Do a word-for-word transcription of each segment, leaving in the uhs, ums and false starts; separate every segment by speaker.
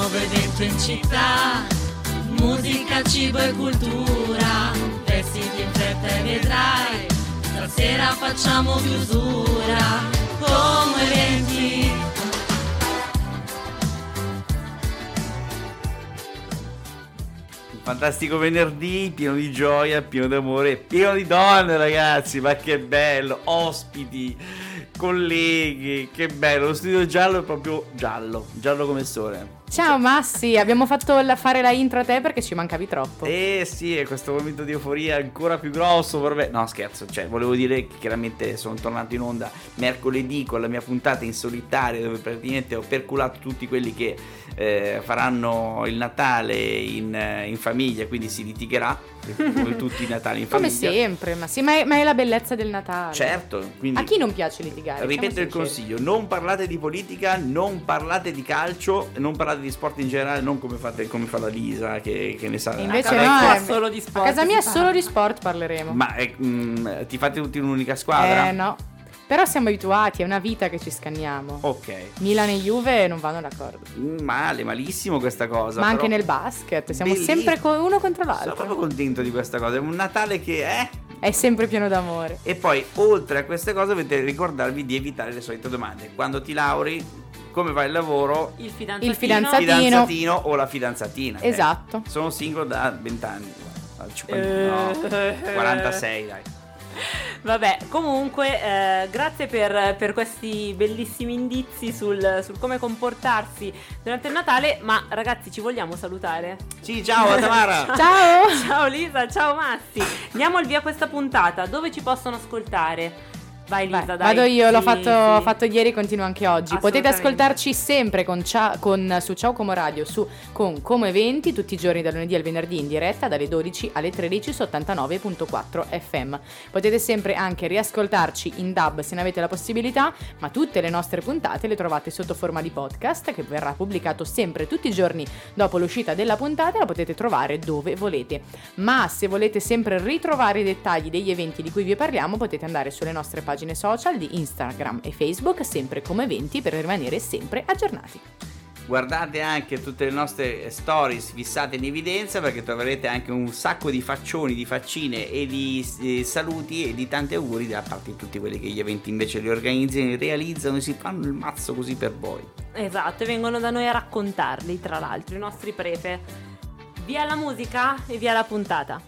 Speaker 1: nuovo evento in città, musica, cibo e cultura, vestiti in fretta e vedrai, stasera facciamo chiusura, come eventi.
Speaker 2: Fantastico venerdì, pieno di gioia, pieno d'amore, pieno di donne, ragazzi, ma che bello, ospiti, colleghi, che bello, lo studio giallo è proprio giallo, giallo come sole.
Speaker 3: Ciao Massi, abbiamo fatto la, fare la intro a te perché ci mancavi troppo.
Speaker 2: Eh sì, è questo momento di euforia ancora più grosso per me. No scherzo, cioè volevo dire che chiaramente sono tornato in onda mercoledì con la mia puntata in solitaria, dove praticamente ho perculato tutti quelli che eh, faranno il Natale in, in famiglia, quindi si litigherà come tutti i Natali in famiglia.
Speaker 3: Come sempre, ma sì, ma è, ma è la bellezza del Natale.
Speaker 2: Certo, quindi
Speaker 3: a chi non piace litigare?
Speaker 2: Ripeto il consiglio, non parlate di politica, non parlate di calcio, non parlate di sport in generale, non come fate come fa la Lisa che, che ne sa.
Speaker 3: Invece
Speaker 4: a
Speaker 3: no, è,
Speaker 4: solo di sport.
Speaker 3: A casa mia solo di sport parleremo.
Speaker 2: Ma è, mh, ti fate tutti in un'unica squadra?
Speaker 3: Eh no. Però siamo abituati, è una vita che ci scanniamo.
Speaker 2: Ok.
Speaker 3: Milan e Juve non vanno d'accordo.
Speaker 2: Male, malissimo questa cosa.
Speaker 3: Ma
Speaker 2: però
Speaker 3: anche nel basket, siamo
Speaker 2: bellissimo.
Speaker 3: sempre co- uno contro l'altro.
Speaker 2: Sono proprio contento di questa cosa, è un Natale che è...
Speaker 3: È sempre pieno d'amore.
Speaker 2: E poi, oltre a queste cose, dovete ricordarvi di evitare le solite domande. Quando ti lauri, come va il lavoro?
Speaker 4: Il fidanzatino.
Speaker 3: Il fidanzatino.
Speaker 2: Fidanzatino o la fidanzatina.
Speaker 3: Esatto.
Speaker 2: Eh, sono single da venti anni.
Speaker 4: Eh.
Speaker 2: No, quarantasei, dai.
Speaker 4: Vabbè, comunque eh, grazie per, per questi bellissimi indizi sul, sul come comportarsi durante il Natale. Ma ragazzi, ci vogliamo salutare?
Speaker 2: Sì, ciao Tamara.
Speaker 3: Ciao.
Speaker 4: Ciao Lisa, ciao Massi. Andiamo al via questa puntata. Dove ci possono ascoltare? Vai Lisa,
Speaker 3: Vai,
Speaker 4: dai.
Speaker 3: vado io, l'ho
Speaker 4: Sì,
Speaker 3: fatto,
Speaker 4: sì.
Speaker 3: ho fatto ieri, continuo anche oggi. Potete
Speaker 4: Assolutamente.
Speaker 3: ascoltarci sempre con, cia- con, su Ciao Como Radio, su, con Como Eventi, tutti i giorni dal lunedì al venerdì in diretta dalle dodici alle tredici su ottantanove virgola quattro F M. Potete sempre anche riascoltarci in D A B se ne avete la possibilità, ma tutte le nostre puntate le trovate sotto forma di podcast che verrà pubblicato sempre tutti i giorni dopo l'uscita della puntata e la potete trovare dove volete. Ma se volete sempre ritrovare i dettagli degli eventi di cui vi parliamo, potete andare sulle nostre pagine social di Instagram e Facebook, sempre come Eventi, per rimanere sempre aggiornati.
Speaker 2: Guardate anche tutte le nostre stories fissate in evidenza, perché troverete anche un sacco di faccioni, di faccine e di eh, saluti e di tanti auguri da parte di tutti quelli che gli eventi invece li organizzano, realizzano e si fanno il mazzo così per voi.
Speaker 4: Esatto, e vengono da noi a raccontarli, tra l'altro, i nostri prefe. Via la musica e via la puntata.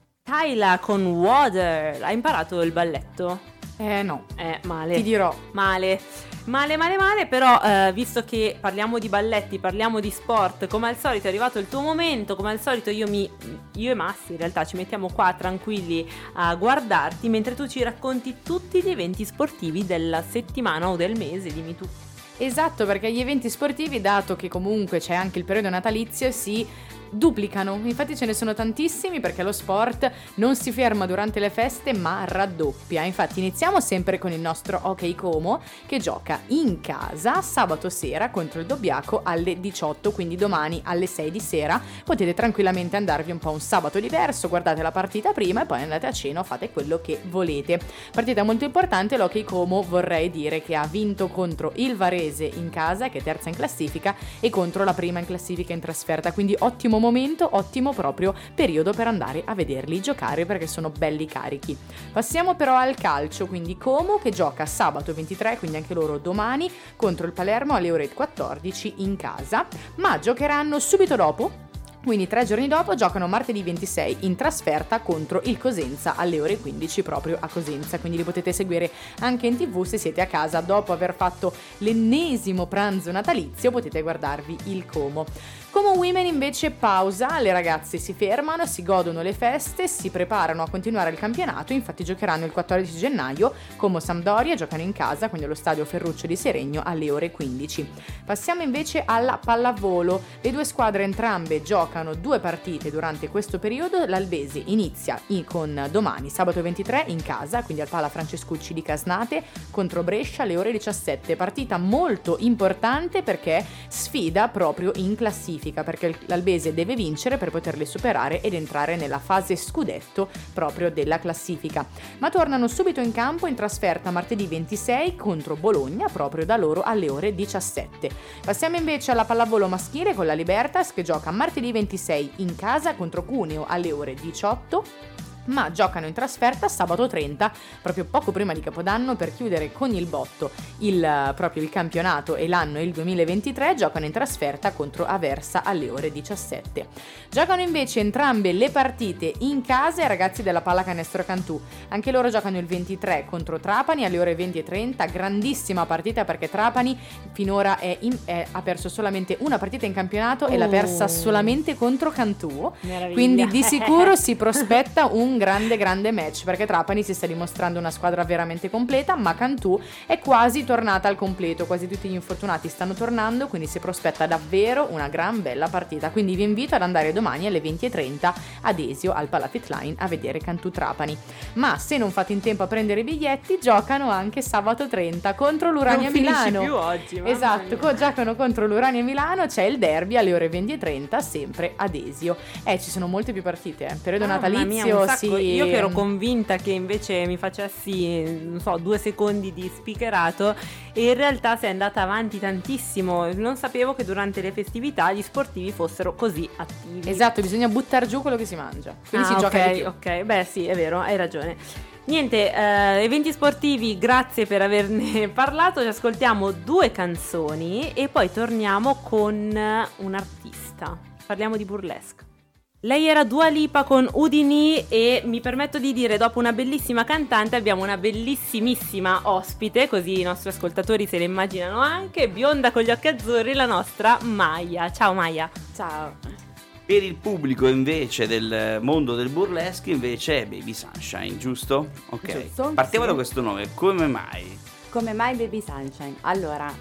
Speaker 4: Kyla con Water. Hai imparato il balletto?
Speaker 3: Eh no,
Speaker 4: Eh, male.
Speaker 3: ti dirò.
Speaker 4: Male, male, male, male, però eh, visto che parliamo di balletti, parliamo di sport, come al solito è arrivato il tuo momento, come al solito io, mi, io e Massi in realtà ci mettiamo qua tranquilli a guardarti mentre tu ci racconti tutti gli eventi sportivi della settimana o del mese, dimmi tu.
Speaker 3: Esatto, perché gli eventi sportivi, dato che comunque c'è anche il periodo natalizio, si duplicano. Infatti ce ne sono tantissimi, perché lo sport non si ferma durante le feste ma raddoppia. Infatti iniziamo sempre con il nostro Hockey Como, che gioca in casa sabato sera contro il Dobbiaco alle diciotto, quindi domani alle sei di sera. Potete tranquillamente andarvi un po' un sabato diverso, guardate la partita prima e poi andate a cena o fate quello che volete. Partita molto importante, l'Hockey Como vorrei dire che ha vinto contro il Varese in casa, che è terza in classifica, e contro la prima in classifica in trasferta, quindi ottimo momento, ottimo proprio periodo per andare a vederli giocare, perché sono belli carichi. Passiamo però al calcio, quindi Como che gioca sabato ventitré, quindi anche loro domani, contro il Palermo alle ore quattordici in casa, ma giocheranno subito dopo. Quindi tre giorni dopo giocano martedì ventisei in trasferta contro il Cosenza alle ore quindici proprio a Cosenza, quindi li potete seguire anche in tv se siete a casa dopo aver fatto l'ennesimo pranzo natalizio, potete guardarvi il Como. Como Women invece pausa, le ragazze si fermano, si godono le feste, si preparano a continuare il campionato, infatti giocheranno il quattordici gennaio, Como Sampdoria, giocano in casa, quindi allo stadio Ferruccio di Seregno alle ore quindici. Passiamo invece alla pallavolo, le due squadre entrambe giocano giocano due partite durante questo periodo. L'Albese inizia in, con domani, sabato ventitré, in casa, quindi al Pala Francescucci di Casnate, contro Brescia alle ore diciassette. Partita molto importante perché sfida proprio in classifica, perché l'Albese deve vincere per poterli superare ed entrare nella fase scudetto proprio della classifica. Ma tornano subito in campo in trasferta martedì ventisei contro Bologna, proprio da loro alle ore diciassette. Passiamo invece alla pallavolo maschile con la Libertas, che gioca martedì ventisei in casa contro Cuneo alle ore diciotto, ma giocano in trasferta sabato trenta, proprio poco prima di Capodanno, per chiudere con il botto il, proprio il campionato e l'anno il duemilaventitré. Giocano in trasferta contro Aversa alle ore diciassette. Giocano invece entrambe le partite in casa i ragazzi della Pallacanestro Cantù. Anche loro giocano il ventitré contro Trapani alle ore venti e trenta. Grandissima partita, perché Trapani finora è in, è, ha perso solamente una partita in campionato uh. e l'ha persa solamente contro Cantù.
Speaker 4: Meraviglia.
Speaker 3: Quindi di sicuro si prospetta un grande grande match, perché Trapani si sta dimostrando una squadra veramente completa, ma Cantù è quasi tornata al completo, quasi tutti gli infortunati stanno tornando, quindi si prospetta davvero una gran bella partita. Quindi vi invito ad andare domani alle venti e trenta ad Esio al Palafit Line a vedere Cantù Trapani. Ma se non fate in tempo a prendere i biglietti, giocano anche sabato trenta contro l'Urania
Speaker 4: non
Speaker 3: Milano.
Speaker 4: Più oggi,
Speaker 3: esatto, co- giocano contro l'Urania Milano, c'è il derby alle ore venti e trenta sempre ad Esio. Eh, ci sono molte più partite, eh. Periodo
Speaker 4: Mamma
Speaker 3: natalizio,
Speaker 4: mia,
Speaker 3: sì.
Speaker 4: Io che ero convinta che invece mi facessi, non so, due secondi di speakerato, e in realtà sei andata avanti tantissimo. Non sapevo che durante le festività gli sportivi fossero così attivi.
Speaker 3: Esatto, bisogna buttare giù quello che si mangia, quindi
Speaker 4: ah,
Speaker 3: si gioca
Speaker 4: ok,
Speaker 3: di più.
Speaker 4: ok, beh sì, è vero, hai ragione. Niente, eh, eventi sportivi, grazie per averne parlato. Ci ascoltiamo due canzoni e poi torniamo con un artista. Parliamo di burlesque. Lei era Dua Lipa con Udini, e mi permetto di dire, dopo una bellissima cantante abbiamo una bellissimissima ospite, così i nostri ascoltatori se le immaginano anche, bionda con gli occhi azzurri, la nostra Maya. Ciao Maya.
Speaker 3: Ciao.
Speaker 2: Per il pubblico invece del mondo del burlesque invece è Baby Sunshine, giusto? Ok.
Speaker 5: Giusto,
Speaker 2: Partiamo
Speaker 5: sì.
Speaker 2: da questo nome, come mai?
Speaker 5: Come mai Baby Sunshine? Allora,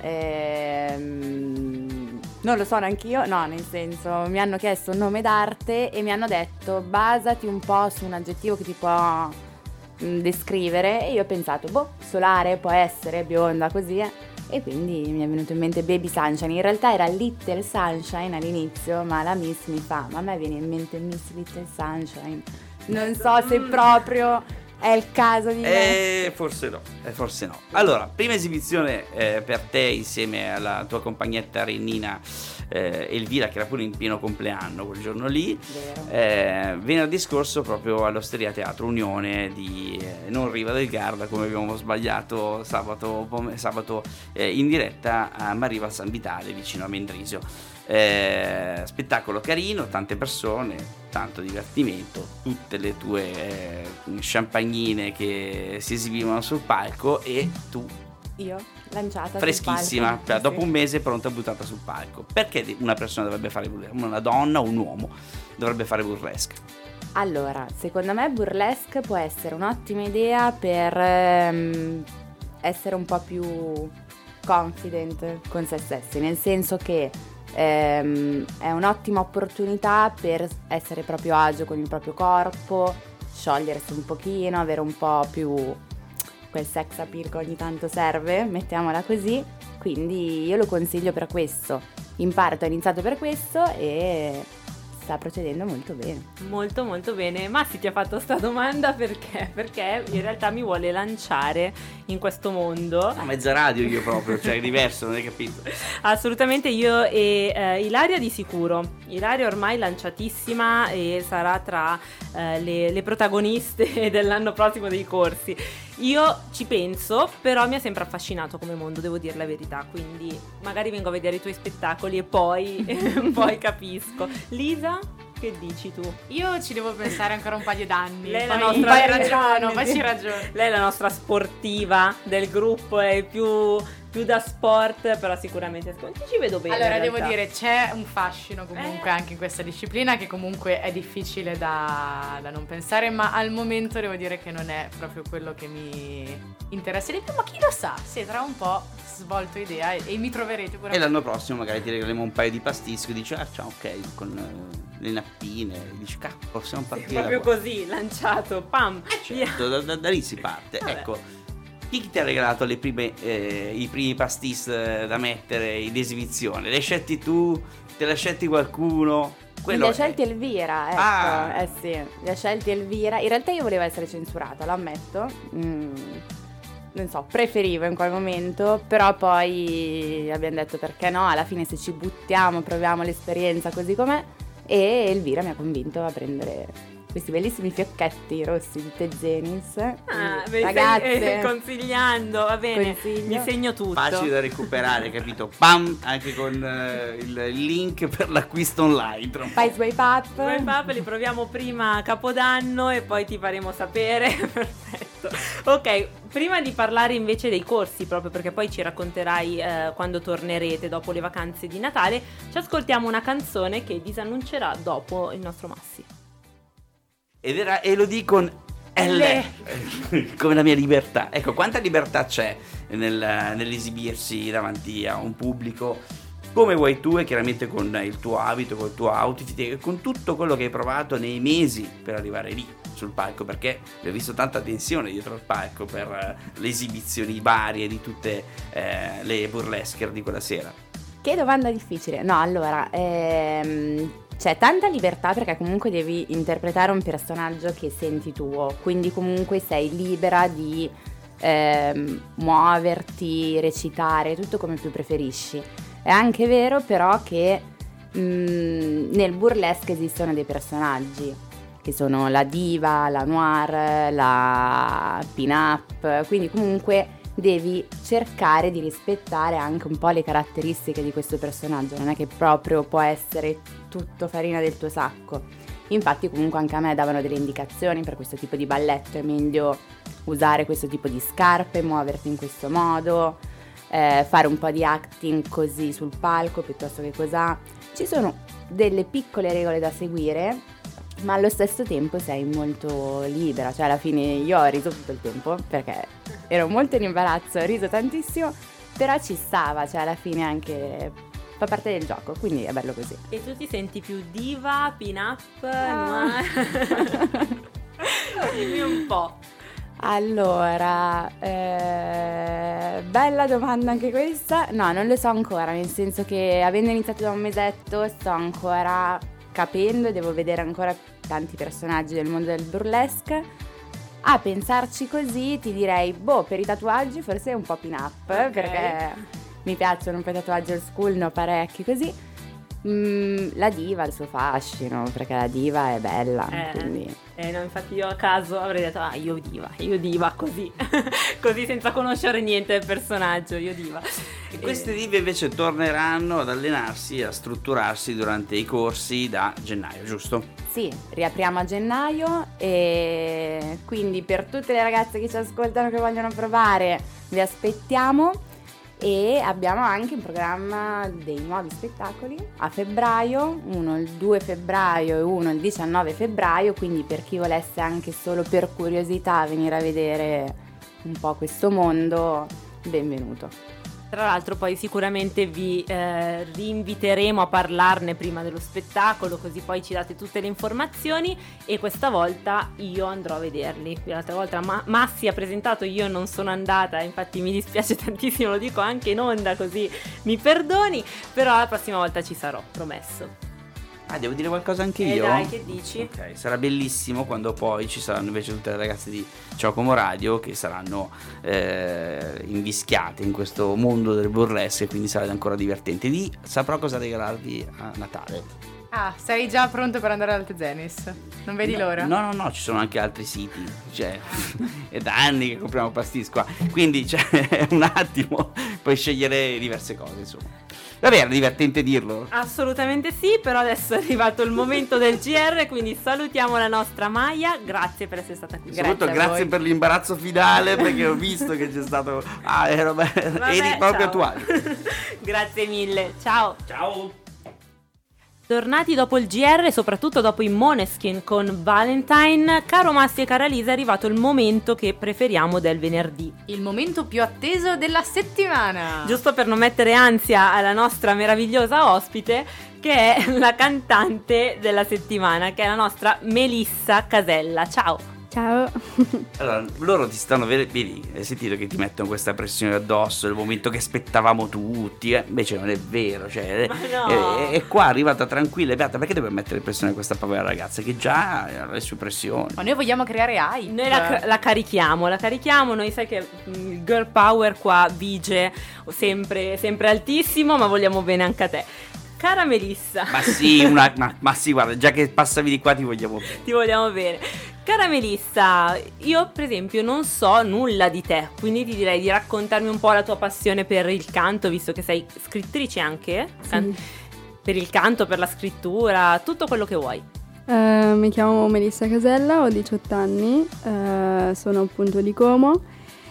Speaker 5: ehm, non lo so neanch'io, no, nel senso, mi hanno chiesto un nome d'arte e mi hanno detto basati un po' su un aggettivo che ti può mh, descrivere, e io ho pensato, boh, solare, può essere, bionda, così, eh. E quindi mi è venuto in mente Baby Sunshine. In realtà era Little Sunshine all'inizio, ma la Miss mi fa, ma a me viene in mente Miss Little Sunshine. Non so se proprio è il caso di...
Speaker 2: Eh, forse no, eh, forse no. Allora, prima esibizione eh, per te insieme alla tua compagnetta Rennina eh, Elvira, che era pure in pieno compleanno quel giorno lì, eh, venerdì scorso proprio all'Osteria Teatro Unione di eh, non Riva del Garda, come abbiamo sbagliato sabato, sabato eh, in diretta a Mariva San Vitale vicino a Mendrisio. Eh, spettacolo carino, tante persone, tanto divertimento, tutte le tue eh, champagnine che si esibivano sul palco, e tu
Speaker 5: Io lanciata
Speaker 2: freschissima,
Speaker 5: sul palco.
Speaker 2: cioè
Speaker 5: Sì,
Speaker 2: dopo
Speaker 5: sì.
Speaker 2: un mese pronta, buttata sul palco. Perché una persona dovrebbe fare burlesque? Una donna o un uomo dovrebbe fare burlesque?
Speaker 5: Allora, secondo me burlesque può essere un'ottima idea per ehm, essere un po' più confident con se stessi, nel senso che ehm, è un'ottima opportunità per essere proprio agio con il proprio corpo, sciogliersi un pochino, avere un po' più quel sex appeal che ogni tanto serve, mettiamola così. Quindi io lo consiglio per questo. In parte ho iniziato per questo e sta procedendo molto bene.
Speaker 4: Molto molto bene. Massi ti ha fatto sta domanda perché? Perché in realtà mi vuole lanciare in questo mondo.
Speaker 2: A mezza radio io proprio, cioè è diverso, non hai capito?
Speaker 4: Assolutamente, io e eh, Ilaria di sicuro. Ilaria ormai lanciatissima e sarà tra eh, le, le protagoniste dell'anno prossimo dei corsi. Io ci penso, però mi ha sempre affascinato come mondo, devo dire la verità, quindi magari vengo a vedere i tuoi spettacoli e poi, poi capisco. Lisa, che dici tu?
Speaker 3: Io ci devo pensare ancora un paio d'anni.
Speaker 4: Lei è
Speaker 3: poi,
Speaker 4: la nostra
Speaker 3: poi ragiono, poi ci ragiono.
Speaker 4: Lei è la nostra sportiva del gruppo, è più più da sport, però sicuramente secondo me ci vedo bene.
Speaker 3: Allora
Speaker 4: in
Speaker 3: devo
Speaker 4: realtà.
Speaker 3: dire c'è un fascino comunque
Speaker 4: Eh.
Speaker 3: anche in questa disciplina che comunque è difficile da, da non pensare, ma al momento devo dire che non è proprio quello che mi interessa di più, ma chi lo sa, se tra un po' svolto idea e, e mi troverete pure.
Speaker 2: E l'anno prossimo magari ti regaliamo un paio di pastischi e dici ah ciao ok con eh, le nappine, e dici cazzo possiamo partire
Speaker 4: Proprio
Speaker 2: da qua.
Speaker 4: così, lanciato, pam, via.
Speaker 2: Certo, da, da, da lì si parte.
Speaker 4: Vabbè.
Speaker 2: Ecco, chi ti ha regalato le prime, eh, i primi pastis eh, da mettere in esibizione? Le hai scelti tu? Te le ha scelti qualcuno?
Speaker 5: Li ha
Speaker 2: è-
Speaker 5: scelti Elvira, ecco,
Speaker 2: Ah.
Speaker 5: eh sì, li ha scelti Elvira. In realtà io volevo essere censurata, lo ammetto. Mm, non so, preferivo in quel momento, però poi abbiamo detto perché no, alla fine se ci buttiamo, proviamo l'esperienza così com'è. E Elvira mi ha convinto a prendere questi bellissimi fiocchetti rossi di Tezenis.
Speaker 4: Ah,
Speaker 5: Quindi,
Speaker 4: mi
Speaker 5: ragazze,
Speaker 4: stai eh, consigliando, va bene,
Speaker 5: consiglio.
Speaker 4: mi segno tutto.
Speaker 2: Facile da recuperare, capito? Pam! Anche con eh, il, il link per l'acquisto online. tra un po'.
Speaker 5: Fai swipe up.
Speaker 4: Noi Papa li proviamo prima a Capodanno e poi ti faremo sapere. Perfetto. Ok, prima di parlare invece dei corsi, proprio perché poi ci racconterai eh, quando tornerete dopo le vacanze di Natale, ci ascoltiamo una canzone che disannuncerà dopo il nostro Massi.
Speaker 2: Ed era Elodie con L, come la mia libertà. Ecco, quanta libertà c'è nel- nell'esibirsi davanti a un pubblico come vuoi tu, e chiaramente con il tuo abito, con il tuo outfit e con tutto quello che hai provato nei mesi per arrivare lì sul palco, perché ho visto tanta tensione dietro al palco per eh, le esibizioni varie di tutte eh, le burlesque di quella sera.
Speaker 5: Che domanda difficile. No, allora, ehm, c'è tanta libertà perché comunque devi interpretare un personaggio che senti tuo, quindi comunque sei libera di ehm, muoverti, recitare, tutto come più preferisci. È anche vero però che mh, nel burlesque esistono dei personaggi che sono la diva, la noir, la pin-up, quindi comunque devi cercare di rispettare anche un po' le caratteristiche di questo personaggio, non è che proprio può essere tutto farina del tuo sacco. Infatti comunque anche a me davano delle indicazioni per questo tipo di balletto, è meglio usare questo tipo di scarpe, muoverti in questo modo, eh, fare un po' di acting così sul palco piuttosto che cos'ha. Ci sono delle piccole regole da seguire, ma allo stesso tempo sei molto libera, cioè alla fine io ho riso tutto il tempo perché ero molto in imbarazzo, ho riso tantissimo, però ci stava, cioè alla fine anche fa parte del gioco, quindi è bello così.
Speaker 4: E tu ti senti più diva, pin-up,
Speaker 5: Ah.
Speaker 4: noir? Dimmi un po'.
Speaker 5: Allora, eh, bella domanda anche questa. No, non lo so ancora, nel senso che avendo iniziato da un mesetto sto ancora capendo e devo vedere ancora tanti personaggi del mondo del burlesque. A pensarci così ti direi, boh, per i tatuaggi forse è un po' pin-up,
Speaker 4: Ok.
Speaker 5: perché mi piacciono un po' i tatuaggi old school, ne ho parecchi così. Mm, la diva ha il suo fascino, perché la diva è bella,
Speaker 4: Eh.
Speaker 5: quindi...
Speaker 4: Eh no, infatti io a caso avrei detto, ah, io diva, io diva, così, così senza conoscere niente del personaggio, io diva.
Speaker 2: E queste dive invece torneranno ad allenarsi, a strutturarsi durante i corsi da gennaio, giusto?
Speaker 5: Sì, riapriamo a gennaio e quindi per tutte le ragazze che ci ascoltano che vogliono provare vi aspettiamo e abbiamo anche in programma dei nuovi spettacoli a febbraio, uno il due febbraio e uno il diciannove febbraio, quindi per chi volesse anche solo per curiosità venire a vedere un po' questo mondo, benvenuto.
Speaker 4: Tra l'altro poi sicuramente vi eh, rinviteremo a parlarne prima dello spettacolo, così poi ci date tutte le informazioni e questa volta io andrò a vederli. L'altra volta Ma- Massi ha presentato, io non sono andata, infatti mi dispiace tantissimo, lo dico anche in onda così mi perdoni, però la prossima volta ci sarò, promesso.
Speaker 2: Ah, devo dire qualcosa anche
Speaker 4: E
Speaker 2: io?
Speaker 4: dai, che dici?
Speaker 2: Ok, sarà bellissimo quando poi ci saranno invece tutte le ragazze di Ciao Como Radio che saranno eh, invischiate in questo mondo del burlesque, quindi sarà ancora divertente. Lì saprò cosa regalarvi a Natale.
Speaker 3: Ah, sei già pronto per andare al Tezenis? Non vedi
Speaker 2: no,
Speaker 3: l'ora?
Speaker 2: No, no, no, ci sono anche altri siti, cioè è da anni che compriamo pastis qua, quindi cioè, un attimo puoi scegliere diverse cose, insomma. Vabbè, era divertente dirlo.
Speaker 4: Assolutamente sì, però adesso è arrivato il momento del G R, quindi salutiamo la nostra Maya, grazie per essere stata qui.
Speaker 2: Soprattutto
Speaker 4: Grazie, a
Speaker 2: grazie
Speaker 4: voi.
Speaker 2: per l'imbarazzo finale, perché ho visto che c'è stato... Ah, ero...
Speaker 4: Vabbè,
Speaker 2: eri proprio
Speaker 4: ciao.
Speaker 2: attuale.
Speaker 4: Grazie mille, ciao.
Speaker 2: Ciao.
Speaker 4: Tornati dopo il G R e soprattutto dopo i Måneskin con Valentine, caro Massi e cara Lisa, è arrivato il momento che preferiamo del venerdì.
Speaker 3: Il momento più atteso della settimana.
Speaker 4: Giusto per non mettere ansia alla nostra meravigliosa ospite, che è la cantante della settimana, che è la nostra Melissa Casella. Ciao!
Speaker 6: Ciao.
Speaker 2: Allora, loro ti stanno... Vedi, hai sentito che ti mettono questa pressione addosso, il momento che aspettavamo tutti, eh? Invece non è vero, cioè...
Speaker 4: Ma no.
Speaker 2: è, è qua arrivata tranquilla e beata, perché deve mettere pressione a questa povera ragazza che già ha le sue pressioni?
Speaker 3: Ma noi vogliamo creare hype.
Speaker 4: Noi la, la carichiamo, la carichiamo, noi sai che il girl power qua vige sempre, sempre altissimo, ma vogliamo bene anche a te. Cara Melissa,
Speaker 2: Ma sì, una, ma, ma sì, guarda, già che passavi di qua ti vogliamo bene.
Speaker 4: ti vogliamo bene. Cara Melissa, io per esempio non so nulla di te, quindi ti direi di raccontarmi un po' la tua passione per il canto, visto che sei scrittrice anche,
Speaker 6: Sì.
Speaker 4: per il canto, per la scrittura, tutto quello che vuoi.
Speaker 6: Eh, mi chiamo Melissa Casella, ho diciotto anni, eh, sono appunto di Como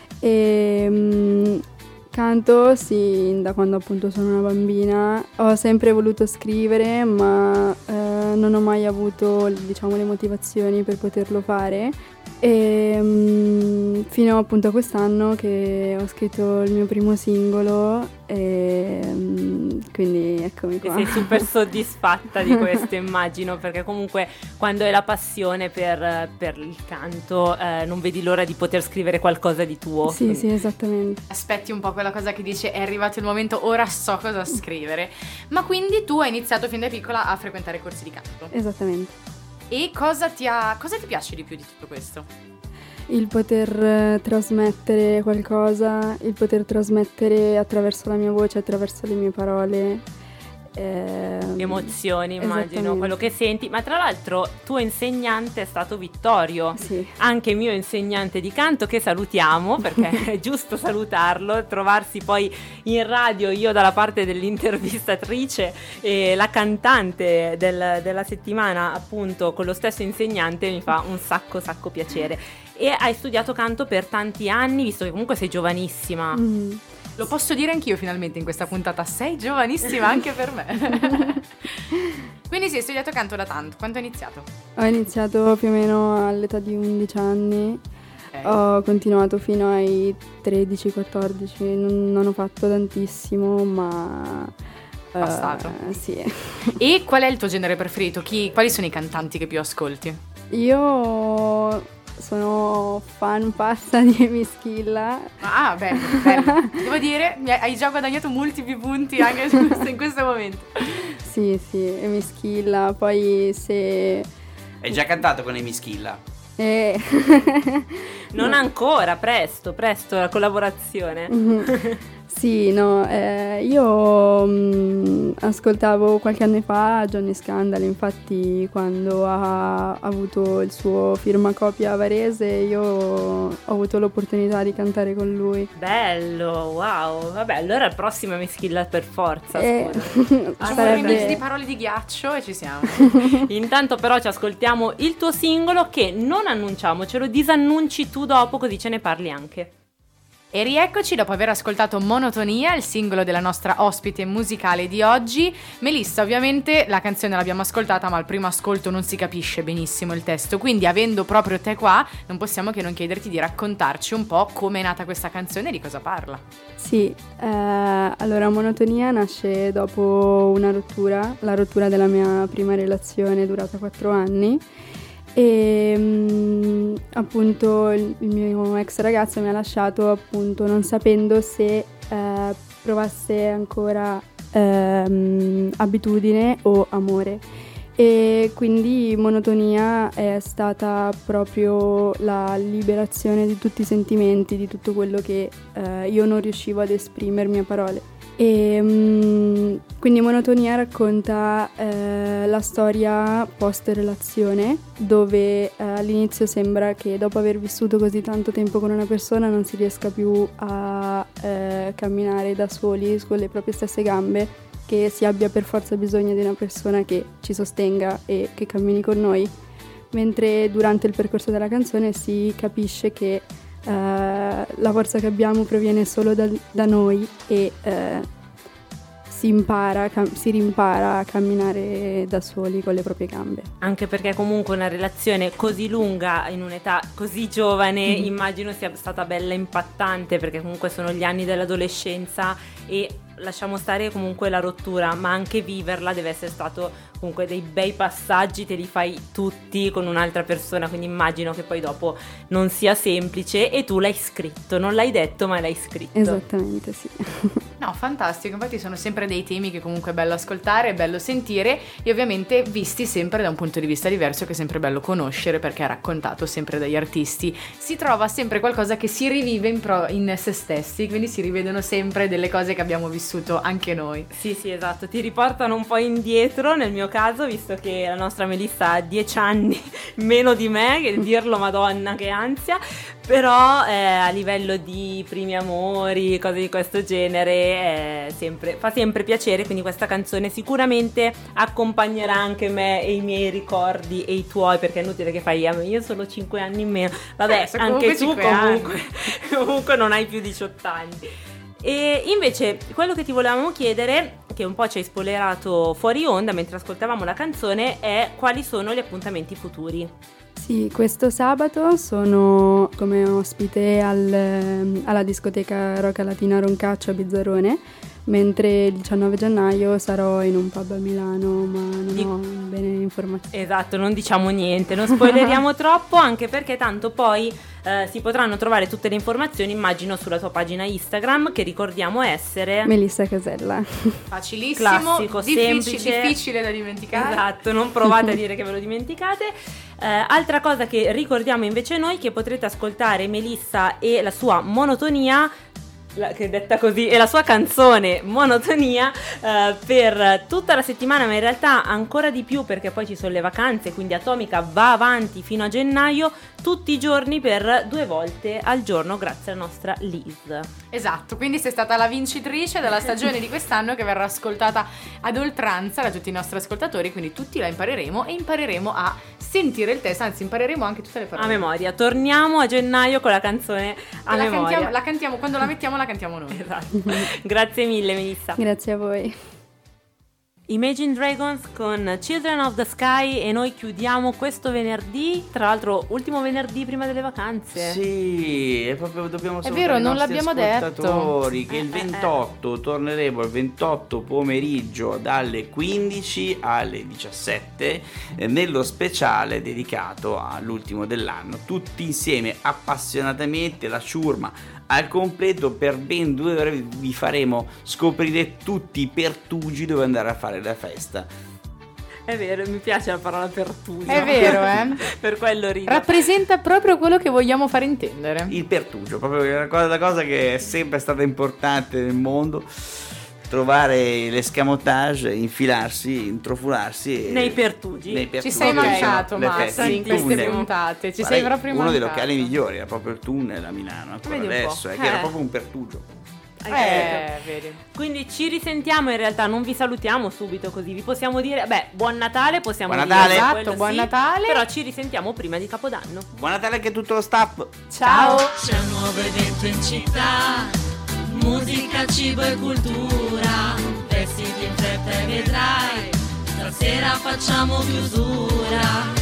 Speaker 6: e mm, canto sin da quando appunto sono una bambina. Ho sempre voluto scrivere, ma eh, non ho mai avuto, diciamo, le motivazioni per poterlo fare. E mm, fino appunto a quest'anno che ho scritto il mio primo singolo e mm, quindi eccomi
Speaker 4: E
Speaker 6: qua.
Speaker 4: sei super soddisfatta di questo, immagino, perché comunque quando hai la passione per, per il canto eh, non vedi l'ora di poter scrivere qualcosa di tuo.
Speaker 6: Sì, sì, esattamente.
Speaker 3: Aspetti un po' quella cosa che dice è arrivato il momento, ora so cosa scrivere. Ma quindi tu hai iniziato fin da piccola a frequentare corsi di canto.
Speaker 6: Esattamente.
Speaker 3: E cosa ti ha cosa ti piace di più di tutto questo?
Speaker 6: Il poter eh, trasmettere qualcosa, il poter trasmettere attraverso la mia voce, attraverso le mie parole. ehm,
Speaker 4: Emozioni, immagino,
Speaker 6: esattamente.
Speaker 4: quello che senti. Ma tra l'altro tuo insegnante è stato Vittorio,
Speaker 6: Sì.
Speaker 4: anche mio insegnante di canto, che salutiamo perché è giusto salutarlo, trovarsi poi in radio io dalla parte dell'intervistatrice e la cantante del- della settimana appunto con lo stesso insegnante mi fa un sacco sacco piacere. E hai studiato canto per tanti anni, visto che comunque sei giovanissima.
Speaker 6: Mm.
Speaker 3: Lo posso dire anch'io finalmente in questa puntata, sei giovanissima anche per me. Quindi sì, hai studiato canto da tanto, quando hai iniziato?
Speaker 6: Ho iniziato più o meno all'età di undici anni,
Speaker 3: Ok.
Speaker 6: ho continuato fino ai tredici quattordici, non, non ho fatto tantissimo, ma... eh,
Speaker 3: Bastato.
Speaker 6: sì.
Speaker 3: E qual è il tuo genere preferito? Chi, quali sono i cantanti che più ascolti?
Speaker 6: Io sono fan pazza di Emischilla.
Speaker 3: Ah, bello, bello. Devo dire, mi hai hai già guadagnato multipli punti anche in questo, in questo momento.
Speaker 6: Sì, sì, Emischilla, poi se...
Speaker 2: Hai già cantato con Emischilla?
Speaker 6: eh,
Speaker 4: Non ancora, presto, presto la collaborazione.
Speaker 6: Mhm. Sì, no, eh, io mm, ascoltavo qualche anno fa Johnny Scandal, infatti quando ha avuto il suo firmacopia a Varese io ho avuto l'opportunità di cantare con lui.
Speaker 4: Bello, wow. Vabbè, allora il prossimo è Meschilla per forza.
Speaker 6: E
Speaker 4: scusa.
Speaker 3: Facciamo un remix di
Speaker 6: sarebbe...
Speaker 3: parole di ghiaccio e ci siamo.
Speaker 4: Intanto però ci ascoltiamo il tuo singolo che non annunciamo, ce lo disannunci tu dopo così ce ne parli anche.
Speaker 3: E rieccoci dopo aver ascoltato Monotonia, il singolo della nostra ospite musicale di oggi. Melissa, ovviamente la canzone l'abbiamo ascoltata, ma al primo ascolto non si capisce benissimo il testo, quindi avendo proprio te qua non possiamo che non chiederti di raccontarci un po' come è nata questa canzone e di cosa parla.
Speaker 6: Sì, eh, allora Monotonia nasce dopo una rottura, la rottura della mia prima relazione durata quattro anni. E mm, appunto il, il mio ex ragazzo mi ha lasciato appunto non sapendo se eh, provasse ancora ehm, abitudine o amore, e quindi Monotonia è stata proprio la liberazione di tutti i sentimenti, di tutto quello che eh, io non riuscivo ad esprimermi a parole. E mm, quindi Monotonia racconta eh, la storia post relazione, dove eh, all'inizio sembra che dopo aver vissuto così tanto tempo con una persona non si riesca più a eh, camminare da soli con le proprie stesse gambe, che si abbia per forza bisogno di una persona che ci sostenga e che cammini con noi, mentre durante il percorso della canzone si capisce che eh, la forza che abbiamo proviene solo da, da noi e eh, si impara, cam- si rimpara a camminare da soli con le proprie gambe.
Speaker 4: Anche perché comunque una relazione così lunga in un'età così giovane mm-hmm. immagino sia stata bella impattante, perché comunque sono gli anni dell'adolescenza e lasciamo stare comunque la rottura, ma anche viverla deve essere stato comunque dei bei passaggi, te li fai tutti con un'altra persona, quindi immagino che poi dopo non sia semplice, e tu l'hai scritto, non l'hai detto ma l'hai scritto.
Speaker 6: Esattamente, sì.
Speaker 3: No, fantastico, infatti sono sempre dei temi che comunque è bello ascoltare, è bello sentire e ovviamente visti sempre da un punto di vista diverso, che è sempre bello conoscere perché è raccontato sempre dagli artisti. Si trova sempre qualcosa che si rivive in, pro- in se stessi, quindi si rivedono sempre delle cose che abbiamo vissuto anche noi.
Speaker 4: Sì, sì, esatto, ti riportano un po' indietro nel mio caso, visto che la nostra Melissa ha dieci anni meno di me, che dirlo madonna che ansia, però eh, a livello di primi amori, cose di questo genere, è sempre, fa sempre piacere, quindi questa canzone sicuramente accompagnerà anche me e i miei ricordi e i tuoi, perché è inutile che fai io solo cinque anni in meno, vabbè,
Speaker 3: eh,
Speaker 4: anche tu comunque,
Speaker 3: anni.
Speaker 4: comunque non hai più diciotto anni. E invece quello che ti volevamo chiedere, che un po' ci hai spoilerato fuori onda mentre ascoltavamo la canzone, è quali sono gli appuntamenti futuri.
Speaker 6: Sì, questo sabato sono come ospite al, alla discoteca Roca Latina Roncaccio a Bizzarrone, mentre il diciannove gennaio sarò in un pub a Milano, ma non
Speaker 4: Di...
Speaker 6: ho bene informazioni.
Speaker 4: Esatto, non diciamo niente, non spoileriamo troppo, anche perché tanto poi eh, si potranno trovare tutte le informazioni, immagino, sulla tua pagina Instagram, che ricordiamo essere
Speaker 6: Melissa Casella.
Speaker 3: Facilissimo,
Speaker 4: classico,
Speaker 3: difficile,
Speaker 4: semplice,
Speaker 3: difficile da dimenticare.
Speaker 4: Esatto, non provate a dire che ve lo dimenticate. Eh, altra cosa che ricordiamo invece noi, che potrete ascoltare Melissa e la sua Monotonia, la, che detta così, e la sua canzone Monotonia eh, per tutta la settimana, ma in realtà ancora di più, perché poi ci sono le vacanze, quindi Atomica va avanti fino a gennaio, tutti i giorni per due volte al giorno, grazie alla nostra Liz.
Speaker 3: Esatto, quindi sei stata la vincitrice della stagione di quest'anno, che verrà ascoltata ad oltranza da tutti i nostri ascoltatori, quindi tutti la impareremo e impareremo a sentire il testo, anzi impareremo anche tutte le parole
Speaker 4: a memoria. Torniamo a gennaio con la canzone a
Speaker 3: la
Speaker 4: memoria.
Speaker 3: Cantiamo, la cantiamo, quando la mettiamo la cantiamo noi.
Speaker 4: Esatto. Grazie mille Melissa.
Speaker 6: Grazie a voi.
Speaker 4: Imagine Dragons con Children of the Sky, e noi chiudiamo questo venerdì, tra l'altro ultimo venerdì prima delle vacanze.
Speaker 2: Sì, è proprio, dobbiamo salutare
Speaker 3: vero,
Speaker 2: i
Speaker 3: non
Speaker 2: nostri
Speaker 3: l'abbiamo
Speaker 2: ascoltatori,
Speaker 3: detto.
Speaker 2: che il
Speaker 4: Eh, eh,
Speaker 2: ventotto torneremo il ventotto pomeriggio dalle quindici alle diciassette eh, nello speciale dedicato all'ultimo dell'anno, tutti insieme appassionatamente, la ciurma al completo. Per ben due ore vi faremo scoprire tutti i pertugi dove andare a fare la festa.
Speaker 4: È vero, mi piace la parola pertugio.
Speaker 3: È vero, eh?
Speaker 4: Per quello rido.
Speaker 3: Rappresenta proprio quello che vogliamo far intendere.
Speaker 2: Il pertugio, proprio la cosa, la cosa che è sempre stata importante nel mondo, trovare l'escamotage, infilarsi, introfularsi
Speaker 4: nei pertugi.
Speaker 2: nei
Speaker 3: Ci
Speaker 2: pertugi
Speaker 3: sei
Speaker 2: dove
Speaker 3: mancato,
Speaker 2: sono le
Speaker 3: Max,
Speaker 2: feste,
Speaker 3: in
Speaker 2: il
Speaker 3: queste
Speaker 2: tunnel.
Speaker 3: puntate. Ci
Speaker 2: Guarda,
Speaker 3: sei proprio
Speaker 2: uno
Speaker 3: mancato.
Speaker 2: dei locali migliori era proprio il tunnel a Milano, ancora
Speaker 4: Vedi un po'.
Speaker 2: adesso, è che era
Speaker 4: Eh.
Speaker 2: proprio un pertugio.
Speaker 3: Eh, vedi.
Speaker 4: Quindi ci risentiamo, in realtà non vi salutiamo subito così, vi possiamo dire, beh, buon Natale possiamo
Speaker 2: Buon
Speaker 4: dire.
Speaker 2: Natale.
Speaker 3: Esatto,
Speaker 4: quello
Speaker 3: buon
Speaker 4: sì,
Speaker 3: Natale.
Speaker 4: Però ci risentiamo prima di Capodanno.
Speaker 2: Buon Natale anche a tutto lo staff.
Speaker 3: Ciao.
Speaker 1: C'è un nuovo evento in città, musica, cibo e cultura, vestiti in fretta e vedrai, stasera facciamo chiusura.